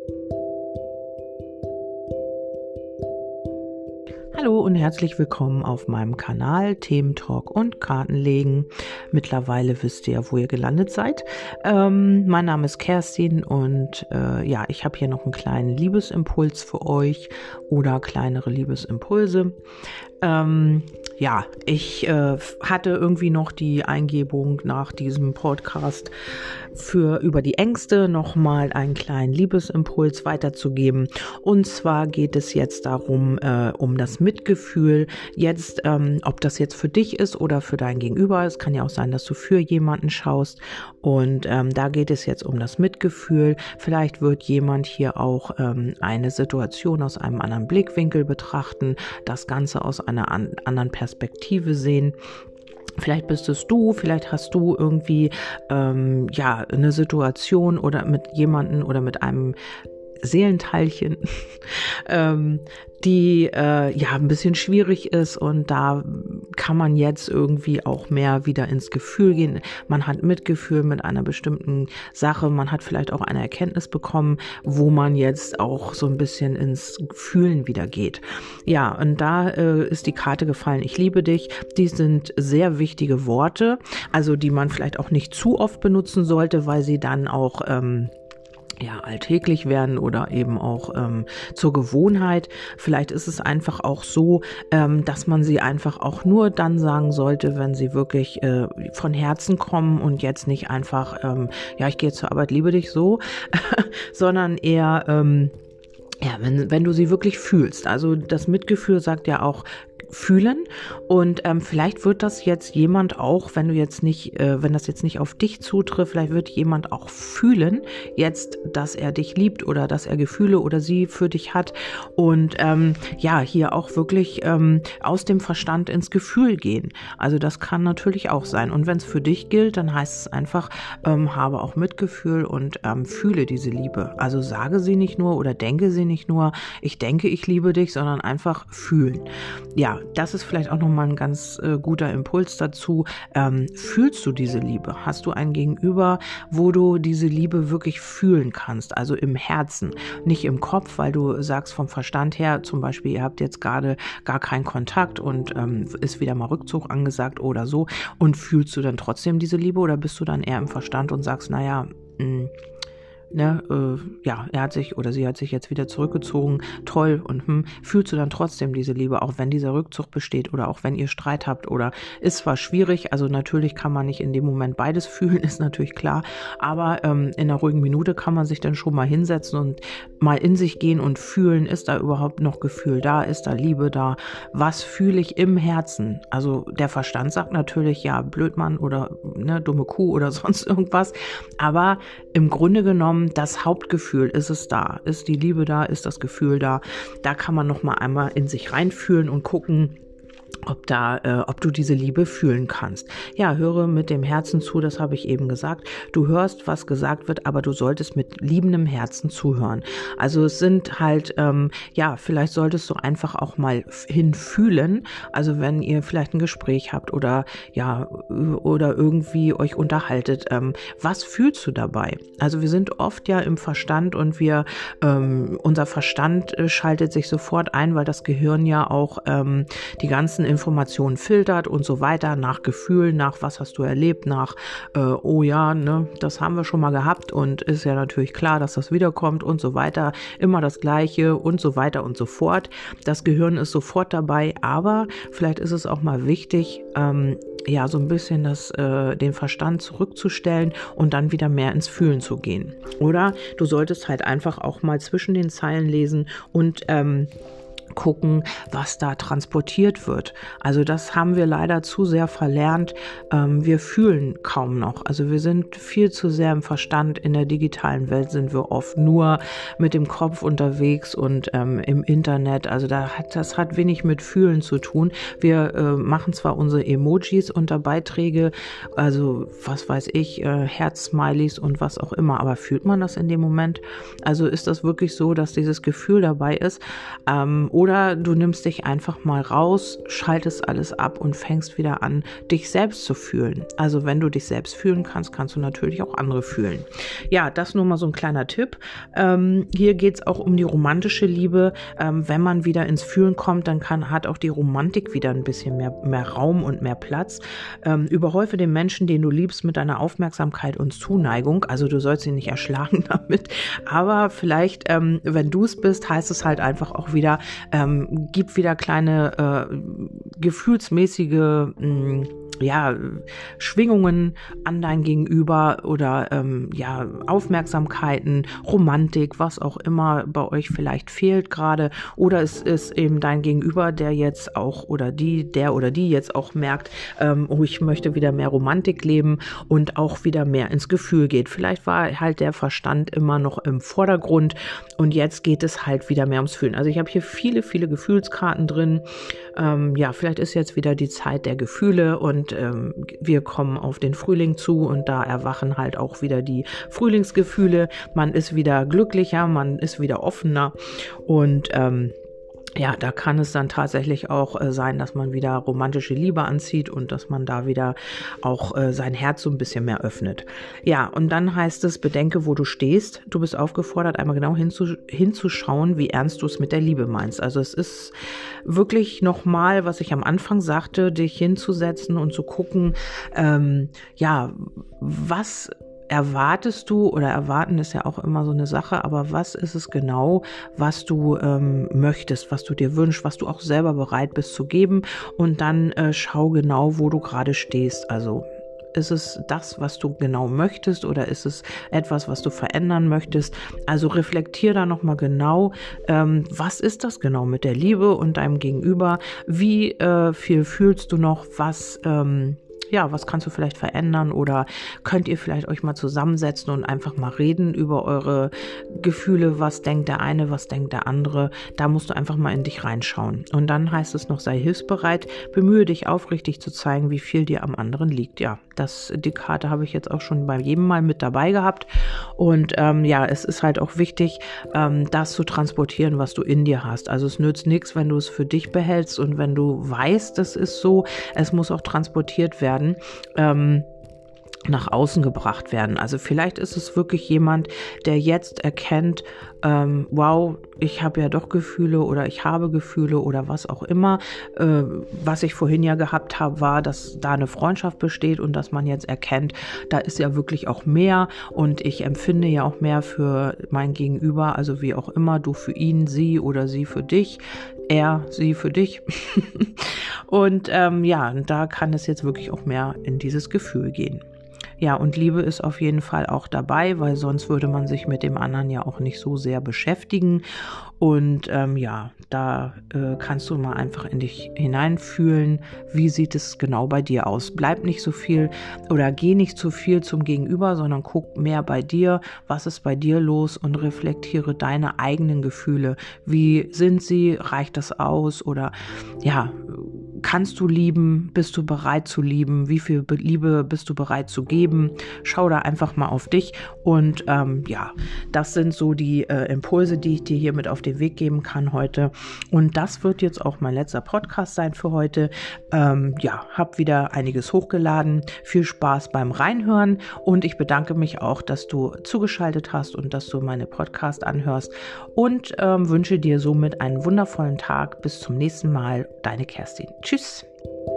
Hallo und herzlich willkommen auf meinem Kanal Thementalk und Kartenlegen. Mittlerweile wisst ihr ja, wo ihr gelandet seid. Mein Name ist Kerstin und ich habe hier noch einen kleinen Liebesimpuls für euch oder kleinere Liebesimpulse. Ich hatte irgendwie noch die Eingebung nach diesem Podcast über die Ängste nochmal einen kleinen Liebesimpuls weiterzugeben. Und zwar geht es jetzt darum, um das Mitgefühl. Jetzt, ob das jetzt für dich ist oder für dein Gegenüber. Es kann ja auch sein, dass du für jemanden schaust. Und da geht es jetzt um das Mitgefühl. Vielleicht wird jemand hier auch eine Situation aus einem anderen Blickwinkel betrachten, das Ganze aus einer anderen Perspektive sehen. Vielleicht bist es du, vielleicht hast du irgendwie eine Situation oder mit jemandem oder mit einem Seelenteilchen, die ein bisschen schwierig ist, und da kann man jetzt irgendwie auch mehr wieder ins Gefühl gehen. Man hat Mitgefühl mit einer bestimmten Sache, man hat vielleicht auch eine Erkenntnis bekommen, wo man jetzt auch so ein bisschen ins Fühlen wieder geht. Ja, und da ist die Karte gefallen, ich liebe dich. Die sind sehr wichtige Worte, also die man vielleicht auch nicht zu oft benutzen sollte, weil sie dann auch alltäglich werden oder eben auch zur Gewohnheit. Vielleicht ist es einfach auch so, dass man sie einfach auch nur dann sagen sollte, wenn sie wirklich von Herzen kommen und jetzt nicht einfach, ich gehe zur Arbeit, liebe dich so, sondern eher, wenn du sie wirklich fühlst. Also das Mitgefühl sagt ja auch, fühlen, und vielleicht wird das jetzt jemand auch, wenn das jetzt nicht auf dich zutrifft, vielleicht wird jemand auch fühlen jetzt, dass er dich liebt oder dass er Gefühle oder sie für dich hat, und hier auch wirklich aus dem Verstand ins Gefühl gehen. Also das kann natürlich auch sein, und wenn es für dich gilt, dann heißt es einfach, habe auch Mitgefühl und fühle diese Liebe. Also sage sie nicht nur oder denke sie nicht nur, ich denke, ich liebe dich, sondern einfach fühlen. Ja, das ist vielleicht auch nochmal ein ganz guter Impuls dazu. Fühlst du diese Liebe? Hast du ein Gegenüber, wo du diese Liebe wirklich fühlen kannst? Also im Herzen, nicht im Kopf, weil du sagst vom Verstand her, zum Beispiel, ihr habt jetzt gerade gar keinen Kontakt und ist wieder mal Rückzug angesagt oder so. Und fühlst du dann trotzdem diese Liebe, oder bist du dann eher im Verstand und sagst, er hat sich oder sie hat sich jetzt wieder zurückgezogen, toll, und fühlst du dann trotzdem diese Liebe, auch wenn dieser Rückzug besteht oder auch wenn ihr Streit habt, oder ist zwar schwierig, also natürlich kann man nicht in dem Moment beides fühlen, ist natürlich klar, aber in einer ruhigen Minute kann man sich dann schon mal hinsetzen und mal in sich gehen und fühlen, ist da überhaupt noch Gefühl da, ist da Liebe da, was fühle ich im Herzen? Also der Verstand sagt natürlich, ja, Blödmann oder dumme Kuh oder sonst irgendwas, aber im Grunde genommen, das Hauptgefühl, ist es da? Ist die Liebe da? Ist das Gefühl da? Da kann man noch mal einmal in sich reinfühlen und gucken, ob du diese Liebe fühlen kannst. Ja, höre mit dem Herzen zu, das habe ich eben gesagt. Du hörst, was gesagt wird, aber du solltest mit liebendem Herzen zuhören. Also es sind halt, vielleicht solltest du einfach auch mal hinfühlen. Also wenn ihr vielleicht ein Gespräch habt oder irgendwie euch unterhaltet, was fühlst du dabei? Also wir sind oft ja im Verstand, und unser Verstand schaltet sich sofort ein, weil das Gehirn ja auch die ganzen Informationen filtert und so weiter, nach Gefühl, nach was hast du erlebt, nach das haben wir schon mal gehabt und ist ja natürlich klar, dass das wiederkommt und so weiter, immer das Gleiche und so weiter und so fort. Das Gehirn ist sofort dabei, aber vielleicht ist es auch mal wichtig, so ein bisschen den Verstand zurückzustellen und dann wieder mehr ins Fühlen zu gehen. Oder du solltest halt einfach auch mal zwischen den Zeilen lesen und gucken, was da transportiert wird. Also das haben wir leider zu sehr verlernt. Wir fühlen kaum noch. Also wir sind viel zu sehr im Verstand. In der digitalen Welt sind wir oft nur mit dem Kopf unterwegs und im Internet. Also das hat wenig mit Fühlen zu tun. Wir machen zwar unsere Emojis unter Beiträge, also was weiß ich, Herz-Smileys und was auch immer, aber fühlt man das in dem Moment? Also ist das wirklich so, dass dieses Gefühl dabei ist? Oder du nimmst dich einfach mal raus, schaltest alles ab und fängst wieder an, dich selbst zu fühlen. Also wenn du dich selbst fühlen kannst, kannst du natürlich auch andere fühlen. Ja, das nur mal so ein kleiner Tipp. Hier geht es auch um die romantische Liebe. Wenn man wieder ins Fühlen kommt, dann hat auch die Romantik wieder ein bisschen mehr Raum und mehr Platz. Überhäufe den Menschen, den du liebst, mit deiner Aufmerksamkeit und Zuneigung. Also du sollst ihn nicht erschlagen damit, aber vielleicht, wenn du es bist, heißt es halt einfach auch wieder, gib wieder kleine gefühlsmäßige Schwingungen an dein Gegenüber oder Aufmerksamkeiten, Romantik, was auch immer bei euch vielleicht fehlt gerade, oder es ist eben dein Gegenüber, der jetzt auch oder die jetzt auch merkt, ich möchte wieder mehr Romantik leben und auch wieder mehr ins Gefühl geht. Vielleicht war halt der Verstand immer noch im Vordergrund und jetzt geht es halt wieder mehr ums Fühlen. Also ich habe hier viele, viele Gefühlskarten drin. Vielleicht ist jetzt wieder die Zeit der Gefühle und wir kommen auf den Frühling zu und da erwachen halt auch wieder die Frühlingsgefühle. Man ist wieder glücklicher, man ist wieder offener und da kann es dann tatsächlich auch sein, dass man wieder romantische Liebe anzieht und dass man da wieder auch sein Herz so ein bisschen mehr öffnet. Ja, und dann heißt es, bedenke, wo du stehst. Du bist aufgefordert, einmal genau hinzuschauen, wie ernst du es mit der Liebe meinst. Also es ist wirklich nochmal, was ich am Anfang sagte, dich hinzusetzen und zu gucken, was erwartest du, oder erwarten ist ja auch immer so eine Sache, aber was ist es genau, was du möchtest, was du dir wünschst, was du auch selber bereit bist zu geben, und dann schau genau, wo du gerade stehst. Also ist es das, was du genau möchtest, oder ist es etwas, was du verändern möchtest? Also reflektier da nochmal genau, was ist das genau mit der Liebe und deinem Gegenüber? Wie viel fühlst du noch? Was kannst du vielleicht verändern, oder könnt ihr vielleicht euch mal zusammensetzen und einfach mal reden über eure Gefühle, was denkt der eine, was denkt der andere, da musst du einfach mal in dich reinschauen. Und dann heißt es noch, sei hilfsbereit, bemühe dich aufrichtig zu zeigen, wie viel dir am anderen liegt. Ja, die Karte habe ich jetzt auch schon bei jedem Mal mit dabei gehabt und es ist halt auch wichtig, das zu transportieren, was du in dir hast. Also es nützt nichts, wenn du es für dich behältst und wenn du weißt, das ist so, es muss auch transportiert werden, nach außen gebracht werden. Also vielleicht ist es wirklich jemand, der jetzt erkennt, wow, ich habe ja doch Gefühle oder ich habe Gefühle oder was auch immer. Was ich vorhin ja gehabt habe, war, dass da eine Freundschaft besteht und dass man jetzt erkennt, da ist ja wirklich auch mehr und ich empfinde ja auch mehr für mein Gegenüber, also wie auch immer, du für ihn, sie oder sie für dich, er, sie für dich. Und da kann es jetzt wirklich auch mehr in dieses Gefühl gehen. Ja, und Liebe ist auf jeden Fall auch dabei, weil sonst würde man sich mit dem anderen ja auch nicht so sehr beschäftigen. Und da kannst du mal einfach in dich hineinfühlen, wie sieht es genau bei dir aus. Bleib nicht so viel oder geh nicht zu viel zum Gegenüber, sondern guck mehr bei dir, was ist bei dir los, und reflektiere deine eigenen Gefühle. Wie sind sie? Reicht das aus? Oder kannst du lieben? Bist du bereit zu lieben? Wie viel Liebe bist du bereit zu geben? Schau da einfach mal auf dich und das sind so die Impulse, die ich dir hier mit auf den Weg geben kann heute. Und das wird jetzt auch mein letzter Podcast sein für heute. Hab wieder einiges hochgeladen. Viel Spaß beim Reinhören und ich bedanke mich auch, dass du zugeschaltet hast und dass du meine Podcast anhörst und wünsche dir somit einen wundervollen Tag. Bis zum nächsten Mal. Deine Kerstin. Tschüss.